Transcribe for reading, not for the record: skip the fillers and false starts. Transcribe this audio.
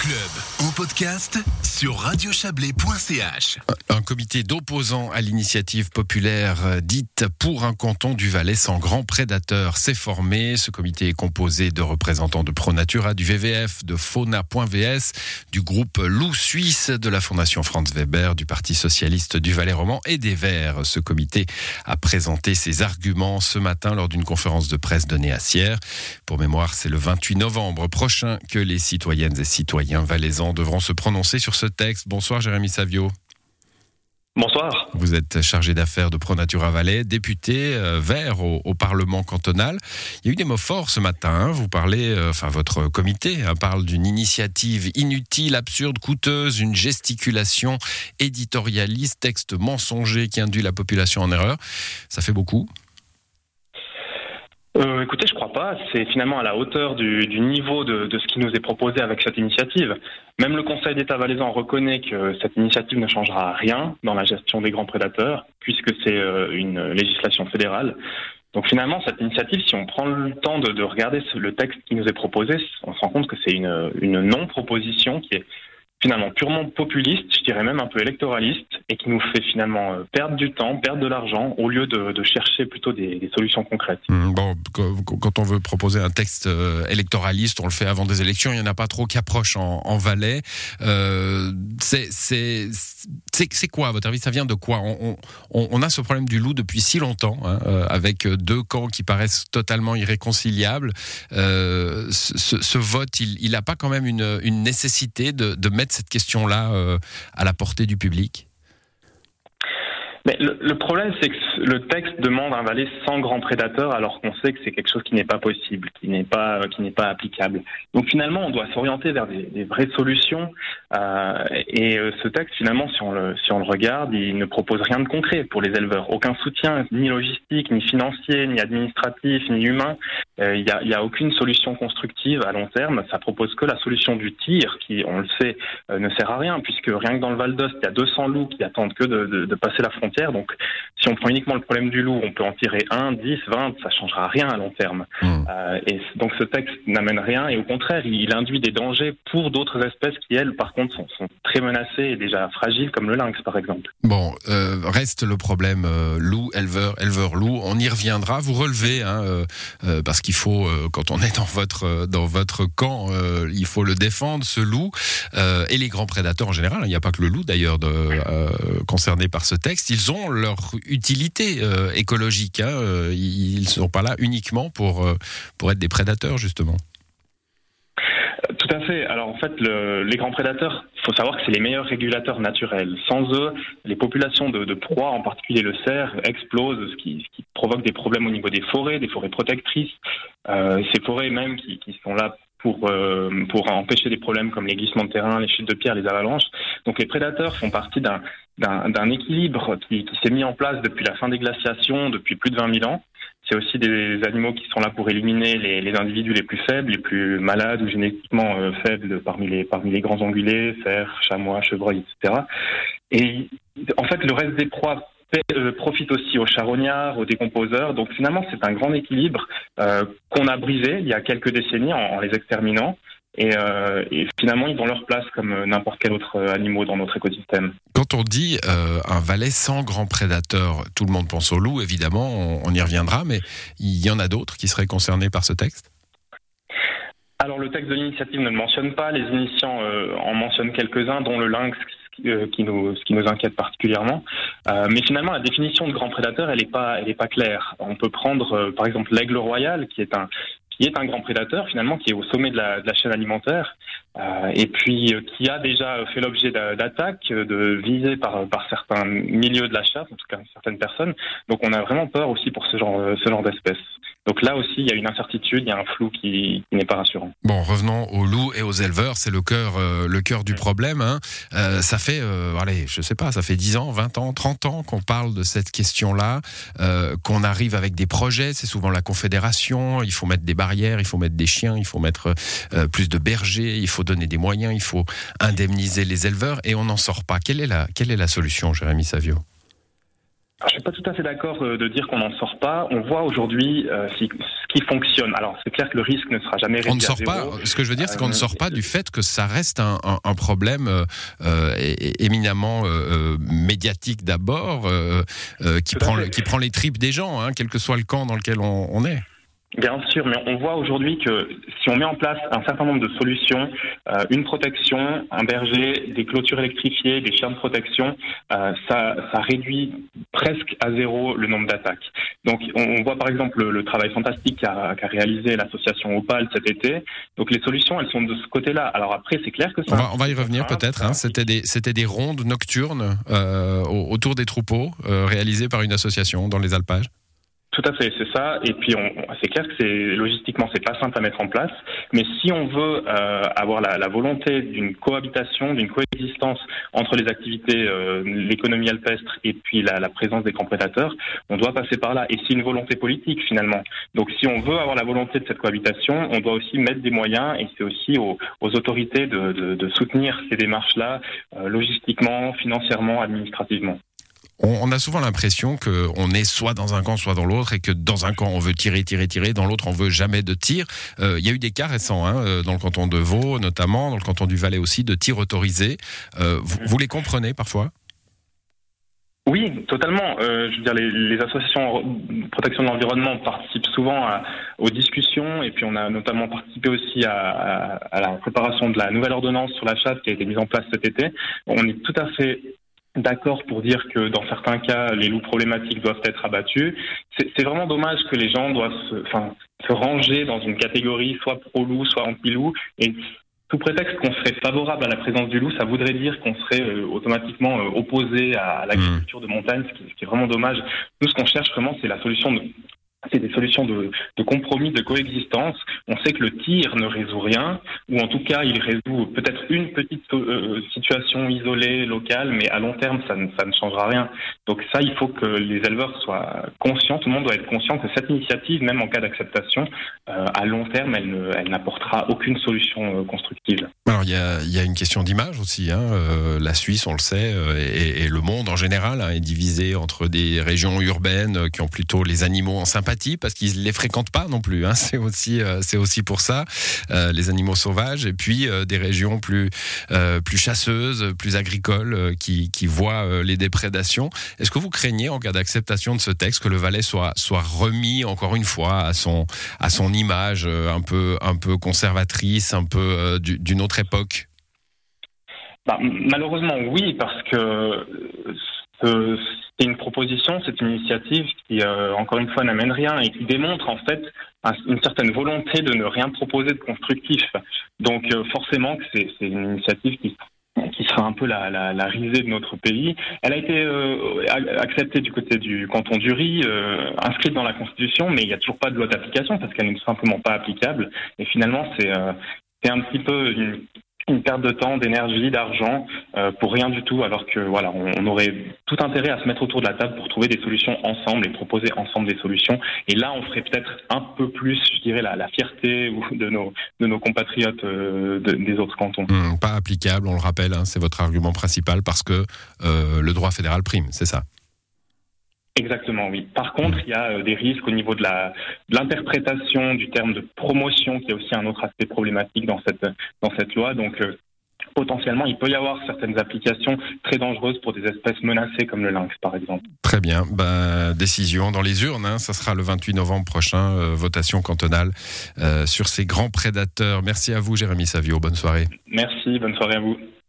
Club, en podcast sur radiochablais.ch. Un comité d'opposants à l'initiative populaire dite pour un canton du Valais sans grands prédateurs s'est formé. Ce comité est composé de représentants de ProNatura, du WWF, de Fauna.vs, du groupe Loup Suisse, de la Fondation Franz Weber, du Parti socialiste du Valais roman et des Verts. Ce comité a présenté ses arguments ce matin lors d'une conférence de presse donnée à Sierre. Pour mémoire, c'est le 28 novembre prochain que les citoyennes et citoyens valaisans devront se prononcer sur ce texte. Bonsoir Jérémy Savio. Bonsoir. Vous êtes chargé d'affaires de ProNatura Valais, député vert au Parlement cantonal. Il y a eu des mots forts ce matin. Vous parlez, votre comité parle d'une initiative inutile, absurde, coûteuse, une gesticulation éditorialiste, texte mensonger qui induit la population en erreur. Ça fait beaucoup. Écoutez, je crois pas. C'est finalement à la hauteur du niveau de ce qui nous est proposé avec cette initiative. Même le Conseil d'État valaisan reconnaît que cette initiative ne changera rien dans la gestion des grands prédateurs, puisque c'est une législation fédérale. Donc finalement, cette initiative, si on prend le temps de regarder le texte qui nous est proposé, on se rend compte que c'est une non-proposition qui est finalement purement populiste, je dirais même un peu électoraliste, et qui nous fait finalement perdre du temps, perdre de l'argent, au lieu de chercher plutôt des solutions concrètes. Quand on veut proposer un texte électoraliste, on le fait avant des élections, il n'y en a pas trop qui approchent en Valais. C'est quoi, à votre avis, ça vient de quoi ? On a ce problème du loup depuis si longtemps, avec deux camps qui paraissent totalement irréconciliables. Ce vote, il n'a pas quand même une nécessité de mettre cette question-là à la portée du public ? Mais le problème, c'est que le texte demande un Valais sans grands prédateurs, alors qu'on sait que c'est quelque chose qui n'est pas possible, qui n'est pas applicable. Donc finalement, on doit s'orienter vers des vraies solutions. Et ce texte, finalement, si on le regarde, il ne propose rien de concret pour les éleveurs. Aucun soutien, ni logistique, ni financier, ni administratif, ni humain. Il y a aucune solution constructive à long terme. Ça propose que la solution du tir, qui, on le sait, ne sert à rien, puisque rien que dans le Val d'Ost, il y a 200 loups qui attendent que de passer la frontière. Donc, si on prend uniquement le problème du loup, on peut en tirer 1, 10, 20, ça changera rien à long terme. Et donc, ce texte n'amène rien et au contraire, il induit des dangers pour d'autres espèces qui, elles, par contre, sont très menacées et déjà fragiles, comme le lynx, par exemple. Reste le problème loup, éleveur loup. On y reviendra. Vous relevez, parce qu'il faut, quand on est dans votre camp, il faut le défendre, ce loup, et les grands prédateurs en général. Il n'y a pas que le loup, d'ailleurs, concerné par ce texte. Ils ont leur utilité écologique. Ils ne sont pas là uniquement pour être des prédateurs, justement. Tout à fait. Alors en fait, les grands prédateurs, il faut savoir que c'est les meilleurs régulateurs naturels. Sans eux, les populations de proies, en particulier le cerf, explosent, ce qui provoque des problèmes au niveau des forêts protectrices. Ces forêts même qui sont là pour empêcher des problèmes comme les glissements de terrain, les chutes de pierres, les avalanches. Donc les prédateurs font partie d'un équilibre qui s'est mis en place depuis la fin des glaciations, depuis plus de 20 000 ans. C'est aussi des animaux qui sont là pour éliminer les individus les plus faibles, les plus malades ou génétiquement faibles parmi les grands ongulés, cerfs, chamois, chevreuils, etc. Et en fait, le reste des proies profite aussi aux charognards, aux décomposeurs. Donc finalement, c'est un grand équilibre qu'on a brisé il y a quelques décennies en les exterminant. Et finalement, ils ont leur place comme n'importe quel autre animal dans notre écosystème. Quand on dit un Valais sans grands prédateurs, tout le monde pense au loup, évidemment, on y reviendra, mais il y en a d'autres qui seraient concernés par ce texte ? Alors le texte de l'initiative ne le mentionne pas, les initiants en mentionnent quelques-uns, dont le lynx, ce qui nous inquiète particulièrement. Mais finalement, la définition de grand prédateur, elle est pas claire. On peut prendre par exemple l'aigle royal, qui est un grand prédateur finalement, qui est au sommet de la chaîne alimentaire, et puis qui a déjà fait l'objet d'attaques, de visées par certains milieux de la chasse, en tout cas certaines personnes. Donc on a vraiment peur aussi pour ce genre d'espèces. Donc là aussi, il y a une incertitude, il y a un flou qui n'est pas rassurant. Bon, revenons aux loups et aux éleveurs, c'est le cœur du problème. Ça fait, je sais pas, ça fait 10 ans, 20 ans, 30 ans qu'on parle de cette question-là, qu'on arrive avec des projets, c'est souvent la Confédération, il faut mettre des barrières, il faut mettre des chiens, il faut mettre plus de bergers, il faut donner des moyens, il faut indemniser les éleveurs, et on n'en sort pas. Quelle est la solution, Jérémy Savio ? Je suis pas tout à fait d'accord de dire qu'on n'en sort pas. On voit aujourd'hui ce qui fonctionne. Alors c'est clair que le risque ne sera jamais réduit On ne sort à zéro. pas. Ce que je veux dire, c'est qu'on ne sort pas du fait que ça reste un problème éminemment médiatique d'abord, qui prend les tripes des gens, hein, quel que soit le camp dans lequel on est. Bien sûr, mais on voit aujourd'hui que si on met en place un certain nombre de solutions, une protection, un berger, des clôtures électrifiées, des chiens de protection, ça réduit presque à zéro le nombre d'attaques. Donc on voit par exemple le travail fantastique qu'a réalisé l'association Opal cet été. Donc les solutions, elles sont de ce côté-là. Alors après, c'est clair que ça... On va y revenir peut-être. Hein. C'était des rondes nocturnes autour des troupeaux réalisées par une association dans les alpages. Tout à fait, c'est ça. Et puis, c'est clair que logistiquement, c'est pas simple à mettre en place. Mais si on veut avoir la volonté d'une cohabitation, d'une coexistence entre les activités, l'économie alpestre et puis la présence des grands prédateurs, on doit passer par là. Et c'est une volonté politique finalement. Donc, si on veut avoir la volonté de cette cohabitation, on doit aussi mettre des moyens. Et c'est aussi aux autorités de soutenir ces démarches-là, logistiquement, financièrement, administrativement. On a souvent l'impression qu'on est soit dans un camp, soit dans l'autre, et que dans un camp on veut tirer, dans l'autre on veut jamais de tir. Il y a eu des cas récents, dans le canton de Vaud notamment, dans le canton du Valais aussi, de tirs autorisés. Vous les comprenez parfois ? Oui, totalement. Je veux dire, les associations de protection de l'environnement participent souvent aux discussions, et puis on a notamment participé aussi à la préparation de la nouvelle ordonnance sur la chasse qui a été mise en place cet été. On est tout à fait d'accord pour dire que dans certains cas, les loups problématiques doivent être abattus. C'est vraiment dommage que les gens doivent se ranger dans une catégorie soit pro-loup, soit anti-loup. Et sous prétexte qu'on serait favorable à la présence du loup, ça voudrait dire qu'on serait automatiquement opposé à l'agriculture de montagne, ce qui est vraiment dommage. Nous, ce qu'on cherche vraiment, c'est c'est des solutions de compromis, de coexistence. On sait que le tir ne résout rien, ou en tout cas, il résout peut-être une petite situation isolée, locale, mais à long terme, ça ne changera rien. Donc ça, il faut que les éleveurs soient conscients, tout le monde doit être conscient que cette initiative, même en cas d'acceptation, à long terme, elle n'apportera aucune solution constructive. Alors, il y a une question d'image aussi. La Suisse, on le sait, et le monde en général est divisé entre des régions urbaines qui ont plutôt les animaux en sympathie, parce qu'ils ne les fréquentent pas non plus. C'est aussi pour ça, les animaux sauvages, et puis des régions plus chasseuses, plus agricoles, qui voient les déprédations. Est-ce que vous craignez, en cas d'acceptation de ce texte, que le Valais soit remis encore une fois à son image un peu conservatrice, un peu d'une autre époque? Malheureusement, oui, parce que c'est une proposition, c'est une initiative qui, encore une fois, n'amène rien et qui démontre en fait une certaine volonté de ne rien proposer de constructif. Donc forcément que c'est une initiative qui sera un peu la risée de notre pays. Elle a été acceptée du côté du canton d'Uri, inscrite dans la Constitution, mais il n'y a toujours pas de loi d'application parce qu'elle n'est tout simplement pas applicable. Et finalement, c'est un petit peu une perte de temps, d'énergie, d'argent pour rien du tout, alors que voilà, on aurait tout intérêt à se mettre autour de la table pour trouver des solutions ensemble et proposer ensemble des solutions. Et là, on ferait peut-être un peu plus, je dirais, la fierté de nos compatriotes des autres cantons. Pas applicable, on le rappelle, c'est votre argument principal parce que le droit fédéral prime, c'est ça? Exactement, oui. Par contre, il y a des risques au niveau de l'interprétation du terme de promotion, qui est aussi un autre aspect problématique dans cette loi. Donc, potentiellement, il peut y avoir certaines applications très dangereuses pour des espèces menacées comme le lynx, par exemple. Très bien. Décision dans les urnes. Ça sera le 28 novembre prochain, votation cantonale sur ces grands prédateurs. Merci à vous, Jérémy Savio. Bonne soirée. Merci, bonne soirée à vous.